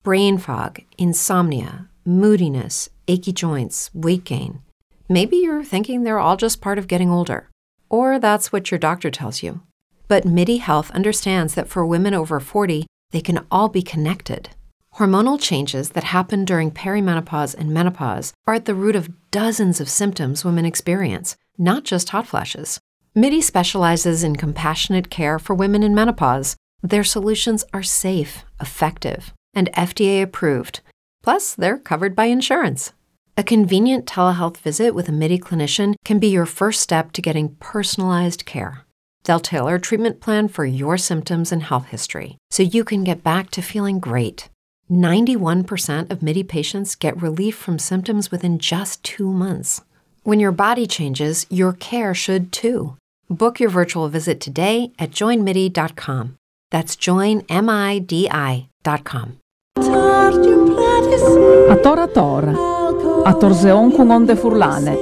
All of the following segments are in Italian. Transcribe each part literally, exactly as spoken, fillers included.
brain fog, insomnia, moodiness, achy joints, weight gain. Maybe you're thinking they're all just part of getting older, or that's what your doctor tells you. But MIDI Health understands that for women over forty, they can all be connected. Hormonal changes that happen during perimenopause and menopause are at the root of dozens of symptoms women experience, not just hot flashes. MIDI specializes in compassionate care for women in menopause. Their solutions are safe, effective, and F D A approved. Plus, they're covered by insurance. A convenient telehealth visit with a MIDI clinician can be your first step to getting personalized care. They'll tailor a treatment plan for your symptoms and health history, so you can get back to feeling great. ninety-one percent of MIDI patients get relief from symptoms within just two months. When your body changes, your care should too. Book your virtual visit today at join midi dot com. That's join midi dot com. A tor a tor, a torseon con onde furlane.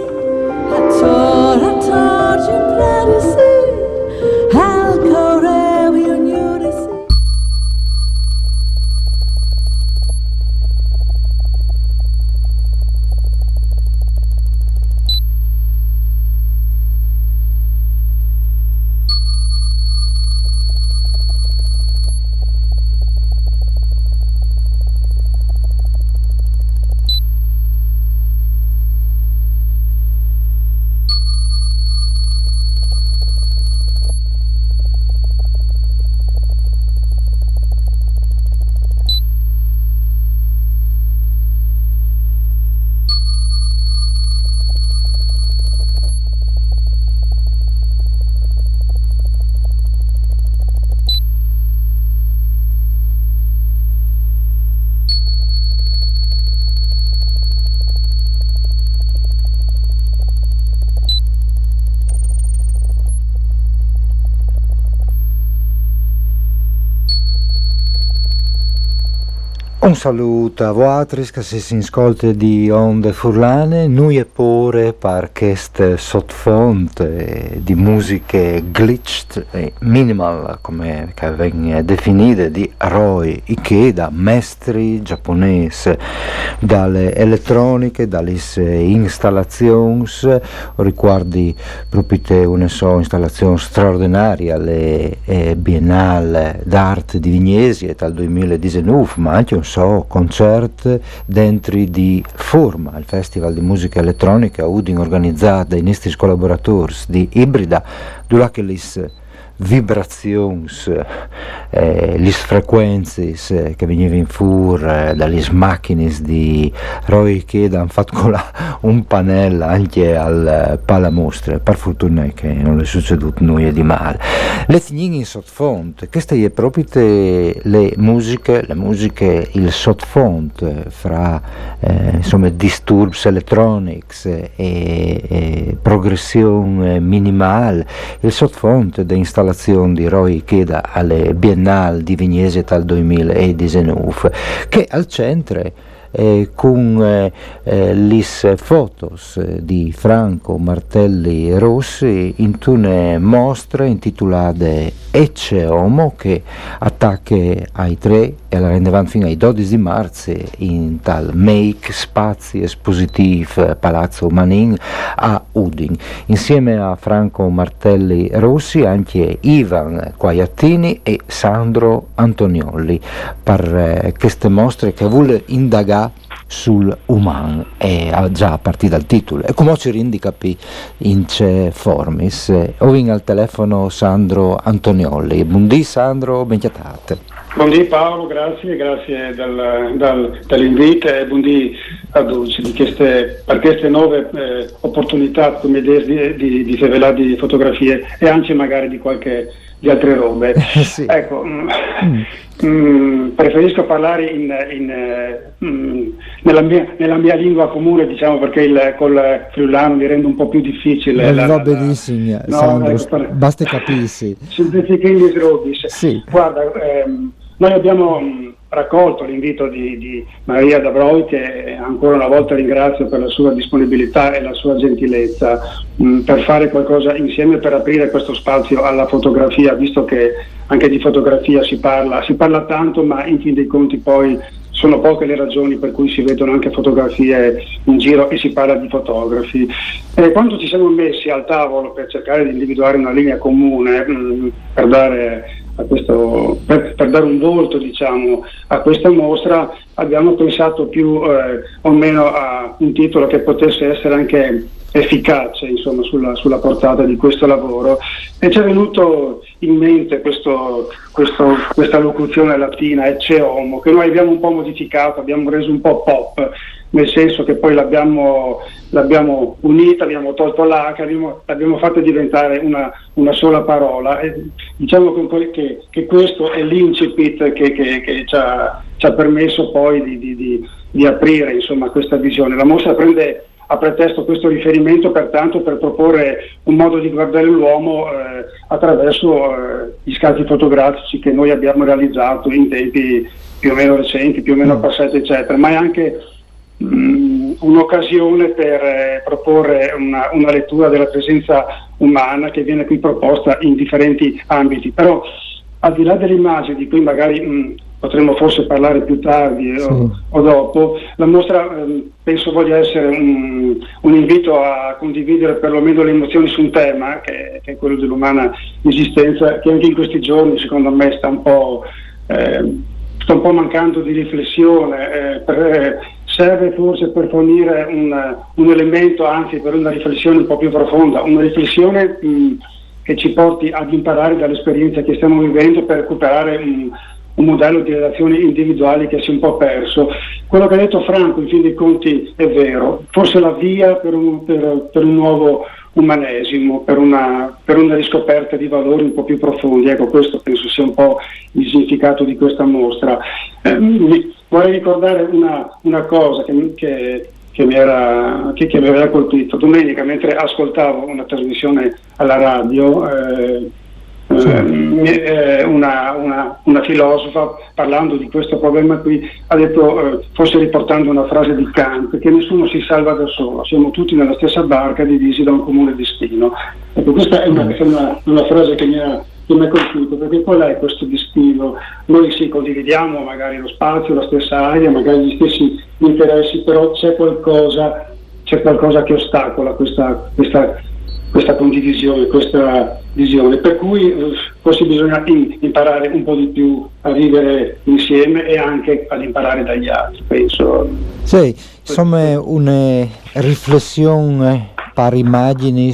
Un saluto a voi che si ascolta di Onde Furlane, noi e pure per queste sottofonte di musiche glitched e minimal, come vengono definite, di Roy Ikeda, maestri giapponesi dalle elettroniche, dalle installazioni, riguardi proprio una sua installazione straordinaria alle eh, Biennale d'arte di Vignesi e dal duemiladiciannove, ma anche un so concerto dentro di Forma, il festival di musica elettronica Udin organizzato dai nostri collaboratori di Ibrida, durante le vibrazioni, eh, le frequenze eh, che venivano fuori eh, dalle macchine di Roy Ikeda hanno fatto un pannello anche al eh, palamostre, per fortuna che non è succeduto nulla di male. Le tignini in sottofondo, queste è proprio te, le musiche, le musiche, il sottofondo fra eh, insomma disturbs electronics e, e progressione minimale, il sottofondo da installazione di Roy Ikeda alle Biennale di Vignese dal duemiladiciannove, che al centro eh, con eh, eh, le fotos di Franco Martelli Rossi in una mostra intitolata Ecce Homo, che attacca ai tre e la rendevano fino ai dodici di marzo in tal Make Spazi Espositiv Palazzo Manin a Udin, insieme a Franco Martelli Rossi anche Ivan Quaiattini e Sandro Antoniolli, per eh, queste mostre che vuole indagare sul uman, e già a partire dal titolo, e come ci indica in ce formis. Ovin al telefono Sandro Antoniolli. Buondì Sandro, benchiatate. Buondì Paolo, grazie, grazie del, del, dell'invito e buondì a tutti di queste, per queste nuove eh, opportunità come di, di, di rivelare di fotografie e anche magari di qualche di altre robe. Sì. Ecco, mm. Mm, preferisco parlare in, in, mm, nella, mia, nella mia lingua comune, diciamo, perché il, col friulano mi rende un po' più difficile. Va benissimo, no, Sandro, ecco, per, basta capirsi. Semplificando Robis. Sì. Guarda, ehm, noi abbiamo mh, raccolto l'invito di, di Maria Dabroi, che ancora una volta ringrazio per la sua disponibilità e la sua gentilezza, mh, per fare qualcosa insieme, per aprire questo spazio alla fotografia, visto che anche di fotografia si parla, si parla tanto, ma in fin dei conti poi sono poche le ragioni per cui si vedono anche fotografie in giro e si parla di fotografi. E quando ci siamo messi al tavolo per cercare di individuare una linea comune mh, per dare a questo, per, per dare un volto, diciamo, a questa mostra, abbiamo pensato più eh, o meno a un titolo che potesse essere anche efficace, insomma, sulla, sulla portata di questo lavoro, e ci è venuto in mente questo, questo, questa locuzione latina ecce homo, che noi abbiamo un po' modificato, abbiamo reso un po' pop, nel senso che poi l'abbiamo, l'abbiamo unita, abbiamo tolto l'H, abbiamo, l'abbiamo fatta diventare una, una sola parola, e diciamo che, che, che questo è l'incipit che, che, che ci, ha, ci ha permesso poi di, di, di, di aprire, insomma, questa visione. La mostra prende a pretesto questo riferimento, pertanto, per proporre un modo di guardare l'uomo eh, attraverso eh, gli scatti fotografici che noi abbiamo realizzato in tempi più o meno recenti, più o meno passati, eccetera, ma è anche mh, un'occasione per eh, proporre una, una lettura della presenza umana che viene qui proposta in differenti ambiti. Però, al di là delle immagini di cui magari mh, potremmo forse parlare più tardi sì. o, o dopo, la mostra eh, penso voglia essere un, un invito a condividere perlomeno le emozioni su un tema che, che è quello dell'umana esistenza, che anche in questi giorni secondo me sta un po', eh, sta un po' mancando di riflessione, eh, per, eh, serve forse per fornire un, un elemento, anzi per una riflessione un po' più profonda, una riflessione mh, che ci porti ad imparare dall'esperienza che stiamo vivendo per recuperare un, un modello di relazioni individuali che si è un po' perso. Quello che ha detto Franco in fin dei conti è vero, forse la via per un, per, per un nuovo umanesimo, per una, per una riscoperta di valori un po' più profondi. Ecco, questo penso sia un po' il significato di questa mostra. Eh, vorrei ricordare una, una cosa che, che, che, mi era, che, che mi aveva colpito. Domenica, mentre ascoltavo una trasmissione alla radio, eh, Sì. Eh, una, una, una filosofa, parlando di questo problema qui, ha detto, eh, forse riportando una frase di Kant, che nessuno si salva da solo, siamo tutti nella stessa barca divisi da un comune destino. Ecco, questa è una, è una, una frase che mi ha che mi ha colpito, perché qual è questo destino? Noi sì, condividiamo magari lo spazio, la stessa aria, magari gli stessi interessi, però c'è qualcosa, c'è qualcosa che ostacola questa, questa questa condivisione, questa visione, per cui eh, forse bisogna in, imparare un po' di più a vivere insieme e anche ad imparare dagli altri, penso. Sì, insomma una riflessione per immagini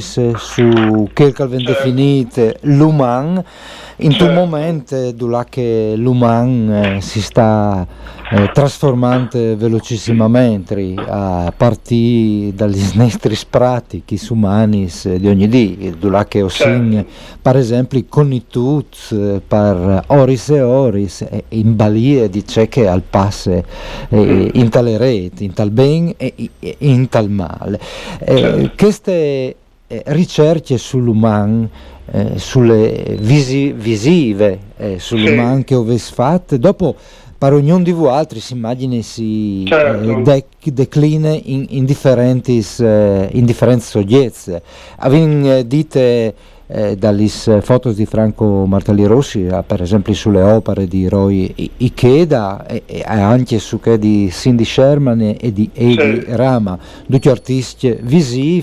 su quel che viene certo. definito l'uman, in certo. un momento dove l'uman eh, si sta eh, trasformando velocissimamente a partire dagli nostri pratici umani di ogni giorno, dove osin, certo. per esempio, conitut per oris e oris e in balie di ciò che al passe eh, mm. in tale rete, in tal ben e, e in tal male. Eh, certo. Queste eh, ricerche sull'uman, Eh, sulle visi, visive eh, sull'uman sì. che avessi fatte, dopo per ognuno di voi altri si immagini si certo. eh, de- declina in, in differenti eh, in differenti soggetti. Avete eh, dite eh, dalle foto di Franco Martelli Rossi, eh, per esempio sulle opere di Roy Ikeda e, e anche su che di Cindy Sherman e, e di Edi sì. Rama, due artisti visivi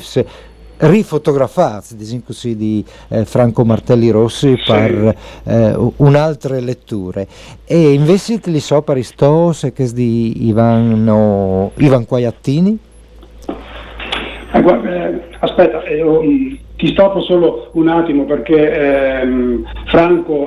rifotografati così di eh, Franco Martelli Rossi sì. per eh, un'altra letture, e invece li so per istos che di Ivano, Ivan Quaiattini. Eh, guarda, eh, aspetta, eh, oh, ti stoppo solo un attimo perché ehm, Franco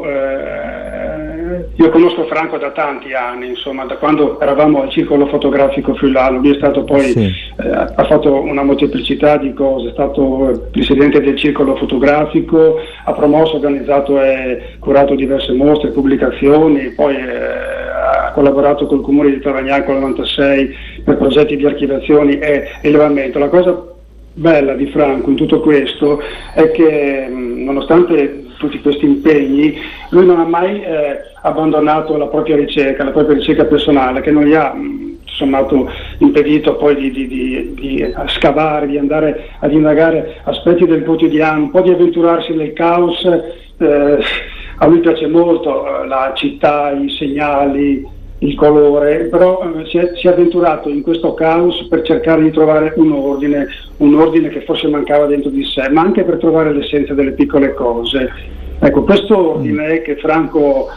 eh, io conosco Franco da tanti anni, insomma, da quando eravamo al Circolo Fotografico Friulano. Lui è stato poi sì. eh, ha fatto una molteplicità di cose, è stato presidente del Circolo Fotografico, ha promosso, organizzato e curato diverse mostre, pubblicazioni, poi eh, ha collaborato col Comune di Tavagnacco nel novantasei per progetti di archiviazioni e elevamento. La cosa bella di Franco in tutto questo è che mh, nonostante tutti questi impegni lui non ha mai eh, abbandonato la propria ricerca, la propria ricerca personale, che non gli ha mh, sommato impedito poi di, di, di, di scavare, di andare ad indagare aspetti del quotidiano, un po' di avventurarsi nel caos. eh, a lui piace molto eh, la città, i segnali, il colore, però eh, si, è, si è avventurato in questo caos per cercare di trovare un ordine, un ordine che forse mancava dentro di sé, ma anche per trovare l'essenza delle piccole cose. Ecco, questo ordine che Franco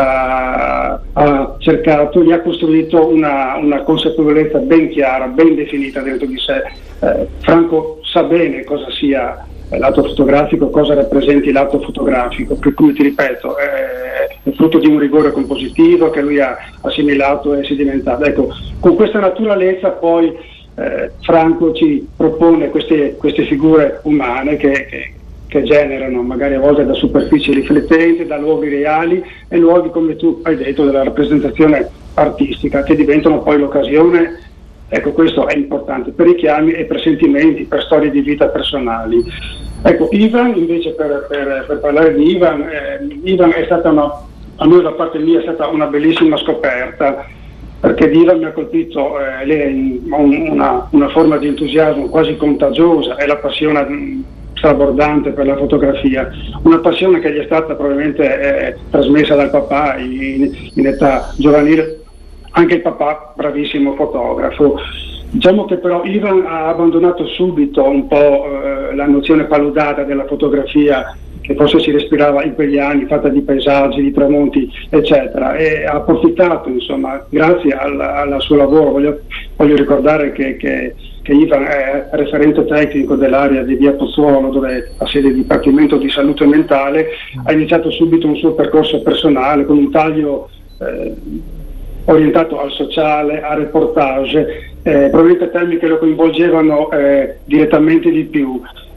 ha, ha cercato, gli ha costruito una, una consapevolezza ben chiara, ben definita dentro di sé. Eh, Franco sa bene cosa sia l'atto fotografico, cosa rappresenti l'atto fotografico, che, come ti ripeto è, è frutto di un rigore compositivo che lui ha assimilato e sedimentato. Ecco, con questa naturalezza poi eh, Franco ci propone queste, queste figure umane che, che, che generano magari a volte da superfici riflettenti, da luoghi reali e luoghi, come tu hai detto, della rappresentazione artistica, che diventano poi l'occasione. Ecco, questo è importante per richiami e per sentimenti, per storie di vita personali. Ecco, Ivan, invece, per, per, per parlare di Ivan, eh, Ivan è stata una, a noi da parte mia è stata una bellissima scoperta, perché di Ivan mi ha colpito eh, lei, una, una forma di entusiasmo quasi contagiosa e la passione mh, strabordante per la fotografia, una passione che gli è stata probabilmente eh, trasmessa dal papà in, in età giovanile. Anche il papà, bravissimo fotografo. Diciamo che però Ivan ha abbandonato subito un po' eh, la nozione paludata della fotografia che forse si respirava in quegli anni, fatta di paesaggi, di tramonti, eccetera, e ha approfittato, insomma, grazie al, al suo lavoro. Voglio, voglio ricordare che, che, che Ivan è referente tecnico dell'area di Via Pozzuolo, dove ha sede il Dipartimento di Salute Mentale. Ha iniziato subito un suo percorso personale con un taglio eh, orientato al sociale, al reportage, eh, probabilmente temi che lo coinvolgevano eh, direttamente di più.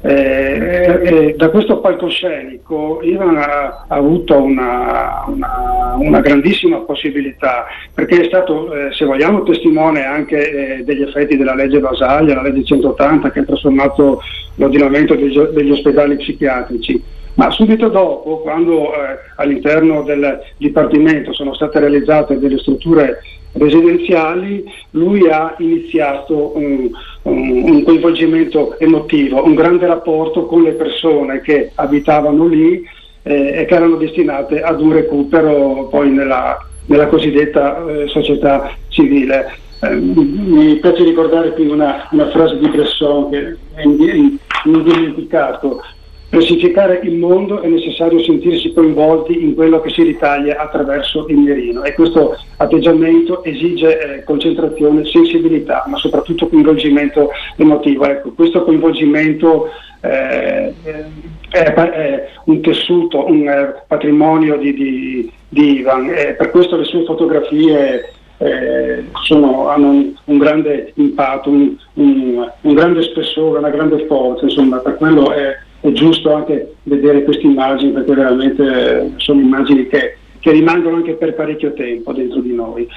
Eh, eh, da questo palcoscenico Ivan ha, ha avuto una, una, una grandissima possibilità, perché è stato, eh, se vogliamo, testimone anche eh, degli effetti della legge Basaglia, la legge centottanta, che ha trasformato l'ordinamento degli, degli ospedali psichiatrici. Ma subito dopo, quando eh, all'interno del Dipartimento sono state realizzate delle strutture residenziali, lui ha iniziato un, un, un coinvolgimento emotivo, un grande rapporto con le persone che abitavano lì eh, e che erano destinate ad un recupero poi nella, nella cosiddetta eh, società civile. Eh, mi piace ricordare qui una, una frase di Bresson che è indimenticato. Per significare il mondo è necessario sentirsi coinvolti in quello che si ritaglia attraverso il mirino, e questo atteggiamento esige eh, concentrazione, sensibilità, ma soprattutto coinvolgimento emotivo. Ecco, questo coinvolgimento eh, è, è un tessuto, un eh, patrimonio di, di, di Ivan, e per questo le sue fotografie eh, sono, hanno un, un grande impatto, un, un, un grande spessore, una grande forza, insomma, per quello è È giusto anche vedere queste immagini, perché veramente sono immagini che, che rimangono anche per parecchio tempo dentro di noi.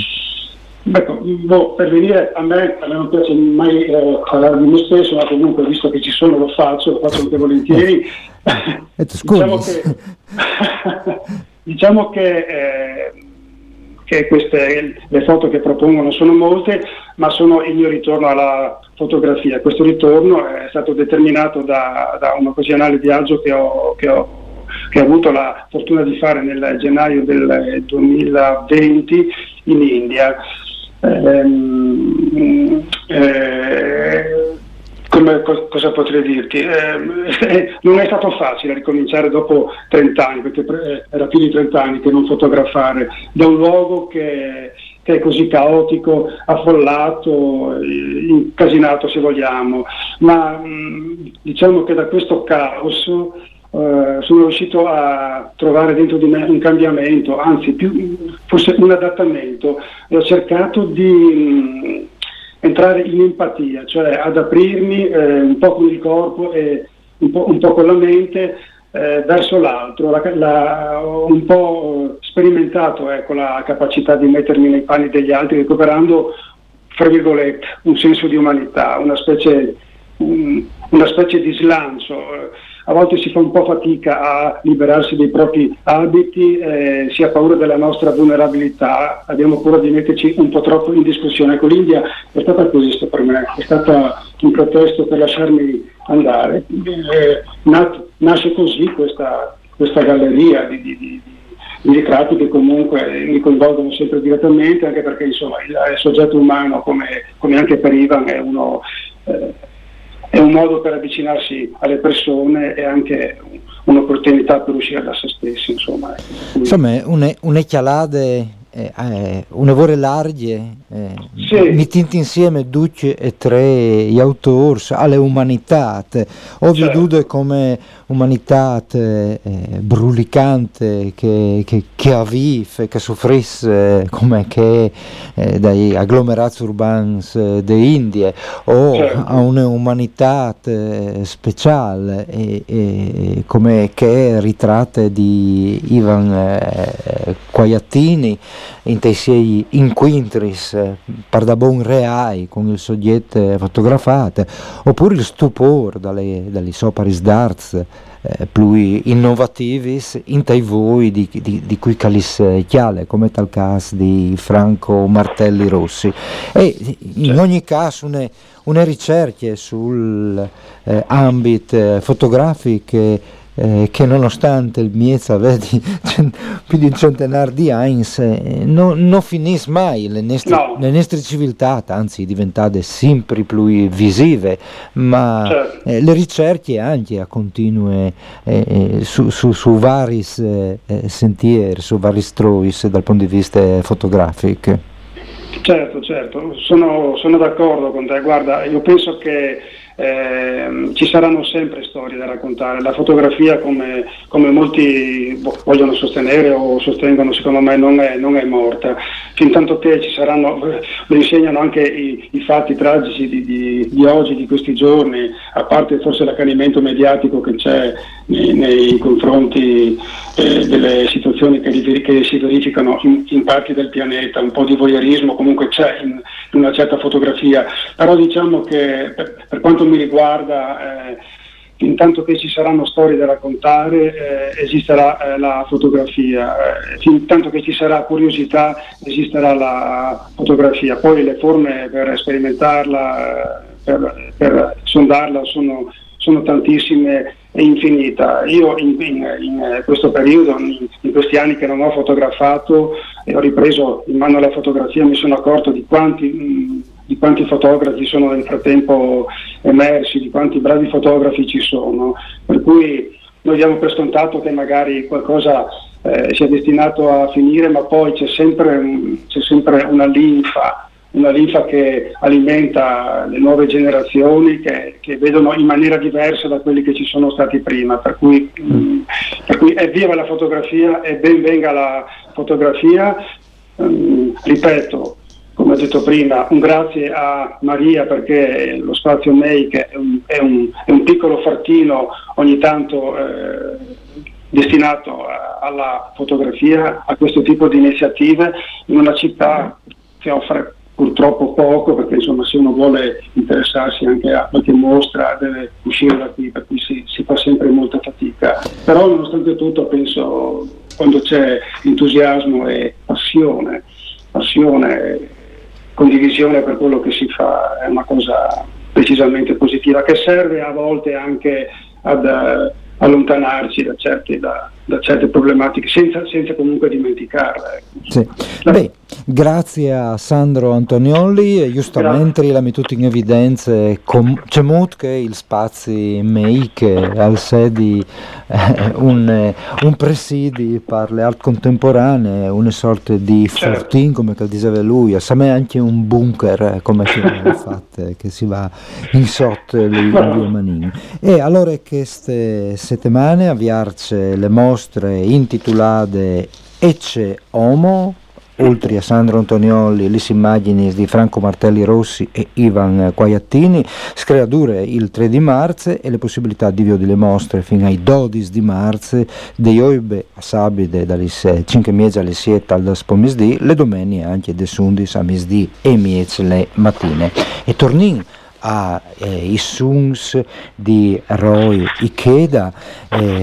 Mm. Ecco, boh, per venire a me, a me non piace mai eh, parlare di me stesso, ma comunque visto che ci sono lo faccio, lo faccio anche volentieri. Eh, diciamo che, diciamo che eh, che queste, le foto che propongo non sono molte, ma sono il mio ritorno alla fotografia. Questo ritorno è stato determinato da, da un occasionale viaggio che ho, che, ho, che ho avuto la fortuna di fare nel gennaio del duemilaventi in India. Ehm, eh, Come, cosa potrei dirti? Eh, non è stato facile ricominciare dopo trenta anni, perché era più di trenta anni che non fotografare, da un luogo che, che è così caotico, affollato, incasinato se vogliamo, ma mh, diciamo che da questo caos eh, sono riuscito a trovare dentro di me un cambiamento, anzi più, forse un adattamento, e ho cercato di mh, entrare in empatia, cioè ad aprirmi eh, un po' con il corpo e un po', un po' con la mente eh, verso l'altro. La, la, ho un po' sperimentato ecco, la capacità di mettermi nei panni degli altri, recuperando, fra virgolette, un senso di umanità, una specie, un, una specie di slancio. A volte si fa un po' fatica a liberarsi dei propri abiti, eh, si ha paura della nostra vulnerabilità, abbiamo paura di metterci un po' troppo in discussione. Ecco, l'India è stata così per me, è stata un pretesto per lasciarmi andare. Eh, nat- nasce così questa, questa galleria di, di, di, i ritratti che comunque mi coinvolgono sempre direttamente, anche perché insomma il, il soggetto umano, come, come anche per Ivan, è uno eh, è un modo per avvicinarsi alle persone e anche un'opportunità per uscire da se stessi, insomma. Insomma, un'ecchialade, eh, eh, un'evore larghe, eh, sì. mettendo insieme due e tre gli autori alle umanità, ovvio certo. dude come umanità eh, brulicante che, che, che avvive, che soffrisse come che eh, dai agglomerati urbani eh, d'Indie, o certo. a un'umanità eh, speciale e, e, come che ritratte di Ivan eh, Quagliatini in dei suoi inquintris eh, pardabon reai con il soggetto fotografato, oppure il stupore dalle, dalle soparis d'arts eh, più innovativi in tai voi di, di, di cui calis chiale, come tal caso di Franco Martelli Rossi, e in ogni caso une, une ricerche sul eh, ambito eh, fotografiche Eh, che nonostante il miezza vedi più di un centenario di anni eh, non no finisce mai le nostre, no. le nostre civiltà, anzi diventate sempre più visive, ma certo. eh, le ricerche anche a continue eh, su, su, su vari eh, sentieri, su vari strois dal punto di vista fotografico. Certo, certo, sono, sono d'accordo con te. Guarda, io penso che Eh, ci saranno sempre storie da raccontare. La fotografia, come, come molti vogliono sostenere o sostengono, secondo me non è, non è morta, fin tanto che ci saranno, lo insegnano anche i, i fatti tragici di, di, di oggi, di questi giorni, a parte forse l'accanimento mediatico che c'è nei, nei confronti eh, delle situazioni che, che si verificano in, in parti del pianeta, un po' di voyeurismo comunque c'è in, in una certa fotografia, però diciamo che per, per quanto mi riguarda, eh, intanto che ci saranno storie da raccontare eh, esisterà eh, la fotografia, eh, fin tanto che ci sarà curiosità esisterà la fotografia, poi le forme per sperimentarla, eh, per, per sondarla sono, sono tantissime e infinita. Io in, in, in questo periodo, in, in questi anni che non ho fotografato e ho ripreso in mano la fotografia, mi sono accorto di quanti mh, di quanti fotografi sono nel frattempo emersi, di quanti bravi fotografi ci sono, per cui noi diamo per scontato che magari qualcosa eh, sia destinato a finire, ma poi c'è sempre, un, c'è sempre una linfa, una linfa che alimenta le nuove generazioni che, che vedono in maniera diversa da quelli che ci sono stati prima, per cui, mh, per cui evviva la fotografia e ben venga la fotografia. Um, ripeto, come ho detto prima, un grazie a Maria perché lo spazio Make è un, è un, è un piccolo fartino ogni tanto eh, destinato a, alla fotografia, a questo tipo di iniziative in una città che offre purtroppo poco, perché insomma se uno vuole interessarsi anche a qualche mostra deve uscire da qui, per cui si, si fa sempre molta fatica, però nonostante tutto penso quando c'è entusiasmo e passione, passione condivisione per quello che si fa è una cosa decisamente positiva che serve a volte anche ad uh, allontanarci da certe, da, da certe problematiche senza, senza comunque dimenticarle. Sì. Beh, grazie a Sandro Antonioli, giustamente la mettuto in evidenza com- c'è molto che il spazio Make al sedi eh, un, eh, un presidi per le art contemporanee, una sorta di certo. fortin come che diceva lui, a me anche un bunker come si va fatte che si va in sotto le due manine. E allora queste settimane avviarci le mostre intitolate Ecce Homo, oltre a Sandro Antonioli, le immagini di Franco Martelli Rossi e Ivan Quagliatini, screature il tre di marzo e le possibilità di via delle mostre fino ai dodici di marzo, dei oibe a sabide dalle cinque e mezza alle sette al pomeriggio, le domeniche anche dei sundis a misdì e miez le mattine. E tornin a eh, i songs di Roy Ikeda, eh,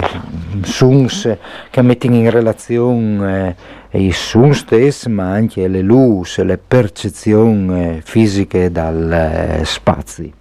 songs che mettono in relazione eh, i songs stessi, ma anche le luci, le percezioni fisiche dal eh, spazio.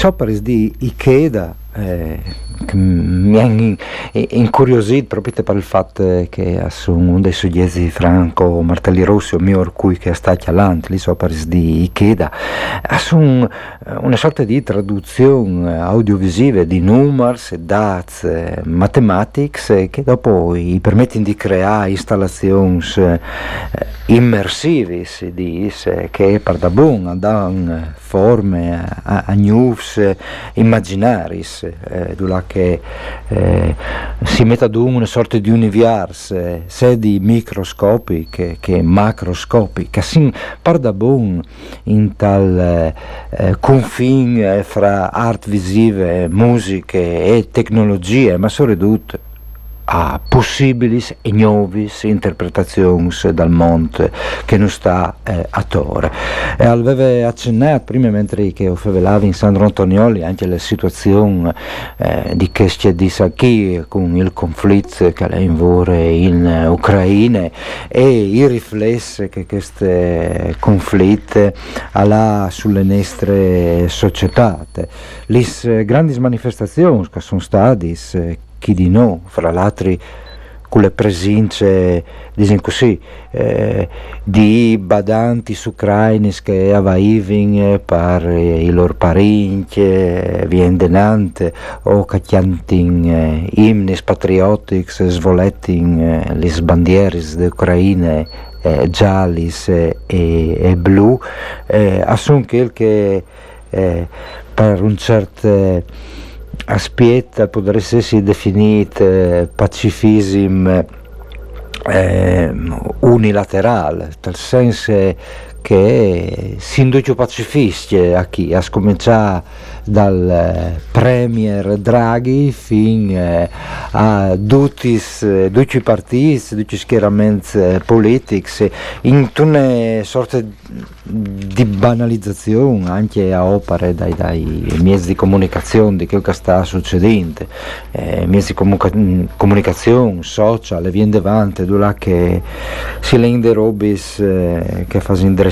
opere di Ikeda eh, che mi hanno incuriosito proprio per il fatto che sono uno dei soggetti Franco Martelli Rossi o mio orcui che è stato all'anti, le opere di Ikeda sono una sorta di traduzione audiovisiva di numbers, dati, mathematics che dopo gli permettono di creare installazioni immersive, si dice, che per da buon danno forme a, a news immaginaris eh, che eh, si mette ad una sorta di universo eh, sia di microscopi che, che macroscopi che si par da buon in tal eh, confine fra art visive, musiche e tecnologie, ma soprattutto a possibili e nuove interpretazioni dal mondo che non sta eh, a Torre. E aveva accennato prima mentre che offrivelavi in Sandro Antonioli anche la situazione eh, di che c'è di qui con il conflitto che è in vore in Ucraina e i riflessi che questo conflitto ha sulle nostre società. Le grandi manifestazioni che sono state chi di no, fra l'altro con le presenze, diciamo così, eh, di badanti ucraini che avevano per i loro parenti, eh, viendenante, o che cantano eh, imni patriottici, svolettano eh, le bandiere dell'Ucraina eh, gialli e, e blu, eh, assume che eh, per un certo aspetta potrebbe essere definito eh, pacifismo eh, unilaterale, nel senso che si induce pacifisti a chi a cominciare dal eh, premier Draghi fino eh, a tutti i partiti, tutti i schieramenti politici, in una sorta di banalizzazione anche a opere dai, dai mezzi di comunicazione di quello che sta succedendo, eh, mezzi di comunica- comunicazione, social, e viene davanti, là che si rende robis eh, che fanno indrecciare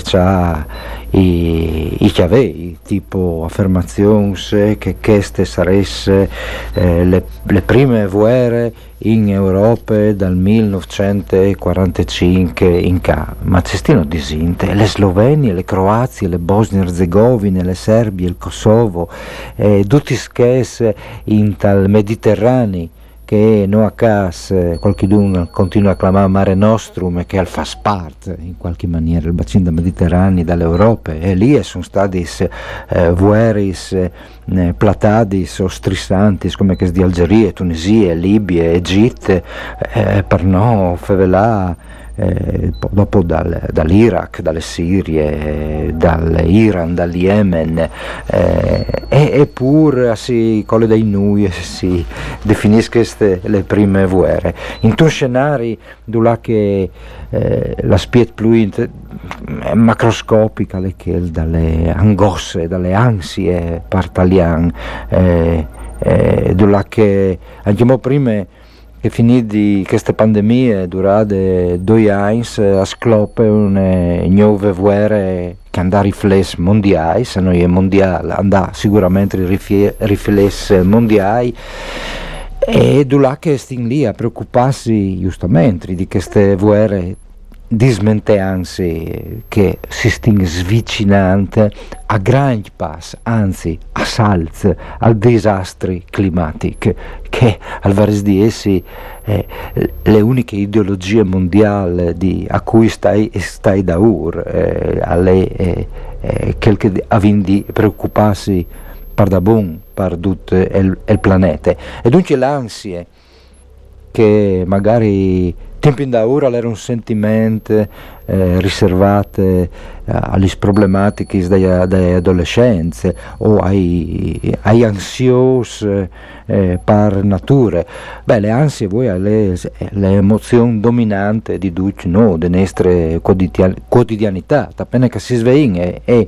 i, i chiavei, tipo affermazioni che queste sarebbero eh, le, le prime guerre in Europa dal millenovecentoquarantacinque in ca, ma ci stiano disinte le Slovenie, le Croazie, le Bosnie e Erzegovine, le Serbie, il Kosovo, eh, tutti schessi in tal Mediterraneo che no a caso qualcuno continua a chiamare Mare Nostrum e che al fa parte in qualche maniera il bacino mediterraneo dall'Europa, e lì sono stati eh, guerris eh, platadis o strissantis come che di Algeria, Tunisia, Libia, Egitto, eh, per no fevelà Eh, dopo dal, dall'Iraq, dalle Sirie, dall'Iran, dal Yemen, eh, e, e pur si colle dai nui si definiscono le prime guerre in tu scenari dove che eh, la spiet più int- macroscopica le che dalle angosse, dalle ansie partaliane, eh, eh, dove che andiamo prima che finì di queste pandemie durate due anni a sclope una nuove guerre che andà riflesse mondiali, se noi è mondiale andà sicuramente riflesse mondiali, e là che stin lì a preoccuparsi giustamente di queste guerre dismenteanze che si sting svicinante a grandi passi, anzi a salz al disastri climatici che al varis di essi eh, le uniche ideologie mondiali di, a cui stai stai da ur eh, alle eh, eh, quel che avin di preoccuparsi per da buon per tutto il, il pianeta, e dunque l'ansia che magari tempi da ora era un sentimento eh, riservato eh, alle problematiche delle, delle adolescenze o ai, ai ansiosi eh, per natura. Beh, le ansie voi le, le emozioni dominanti di tutti no, delle nostre quotidianità, appena che si sveglia e, e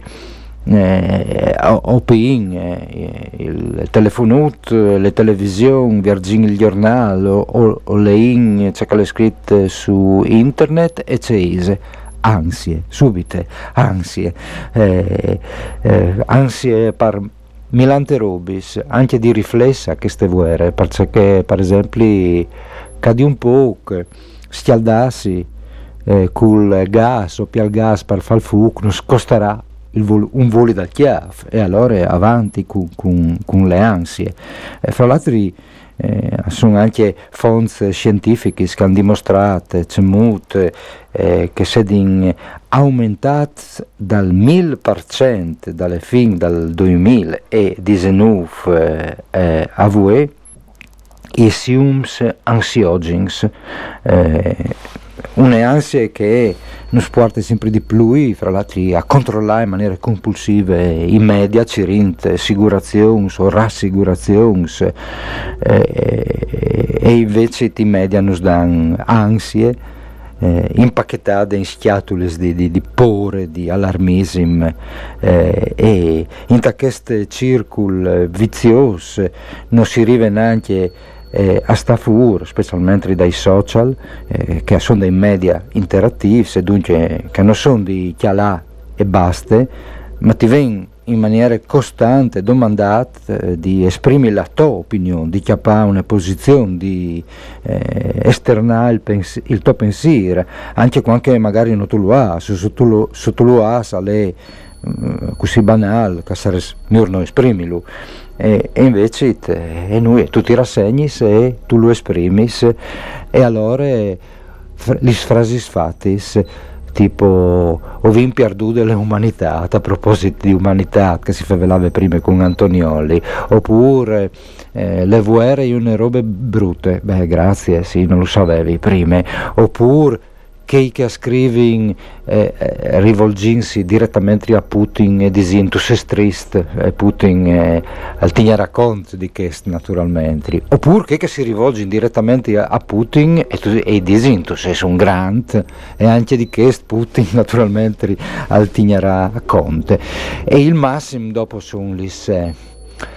Eh, o pin eh, il telefonut, le televisioni, viaggi il giornale o, o le in c'è che le scritte su internet e c'è ansie subite, ansie eh, eh, ansie per milante robis, anche di riflessa che ste vuere, perché per esempio cadi un po' schialdassi eh, col gas o pial gas per far fuoco non costerà il vol- un volo dal chiaf e allora avanti con, con, con le ansie. E fra l'altro eh, sono anche fonti scientifiche che hanno dimostrato eh, che se din aumentato dal mille per cento dalle fin dal duemiladiciannove eh, a voi i siums ansiogens, eh, une ansie che non porta sempre di più, fra l'altro, a controllare in maniera compulsiva i media, cirint, assicurazioni o rassicurazioni, eh, e invece i media nos danno ansie, eh, impacchettate in schiatule di, di, di pore, di allarmismo, eh, e in questo circolo vizioso non si arriva neanche Eh, a sta fuori, specialmente dai social, eh, che sono dei media interattivi, e dunque che non sono di chialà e basta, ma ti vengono in maniera costante domandata eh, di esprimere la tua opinione, di chiappare una posizione, di eh, esternare il, pens- il tuo pensiero, anche quando magari non tu lo hai, se tu lo, se tu lo hai, è così banale che sarebbe meglio non esprimerlo. E, e invece te, e noi tu ti rassegni se tu lo esprimi e allora le frasi fatte tipo ho vin perduto l'umanità a proposito di umanità che si favelava prima con Antonioli, oppure eh, le guerre e une robe brutte, beh grazie, sì, non lo sapevi prima, oppure che che scrivi eh, eh, rivolginsi direttamente a Putin e dicendo tu sei triste e Putin eh, al tignera conto di questo naturalmente, oppure che, che si rivolge direttamente a, a Putin e, tu, e dicendo tu sei un grande e anche di questo Putin naturalmente al tignera conto, e il massimo dopo sono le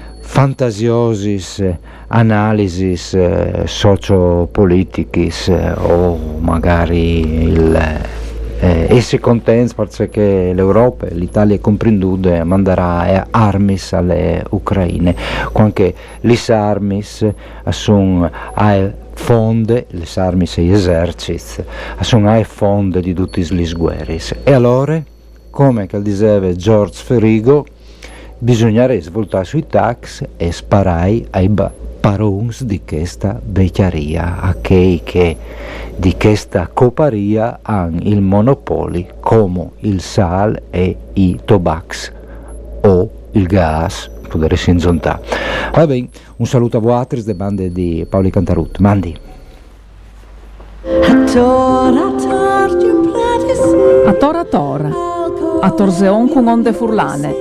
fantasiosis analysis eh, sociopoliticis eh, o magari il eh, essi contenti perché l'Europa, l'Italia è comprenduta manderà armis alle Ucraine, quando le armis sono a fonde, le armis e gli eserciti sono a fonde di tutti gli guerri, e allora come che diceva George Ferigo bisognerebbe svoltare sui tax e sparare ai ba- parons di questa beccaria, a che, che di questa coparia hanno il monopoli come il sal e i tobax o il gas, potresti inzontare. Va bene, un saluto a voi, le bande di Paoli Cantarut. Mandi. A tora tora, a torseon con onde furlane.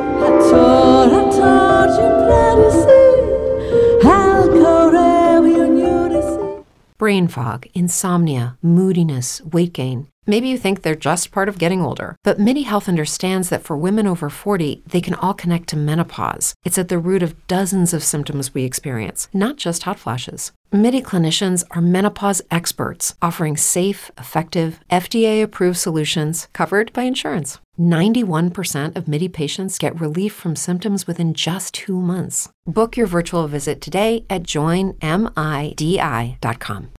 Brain fog, insomnia, moodiness, weight gain. Maybe you think they're just part of getting older, but MIDI Health understands that for women over forty, they can all connect to menopause. It's at the root of dozens of symptoms we experience, not just hot flashes. MIDI clinicians are menopause experts, offering safe, effective, F D A-approved solutions covered by insurance. ninety-one percent of MIDI patients get relief from symptoms within just two months. Book your virtual visit today at join midi dot com.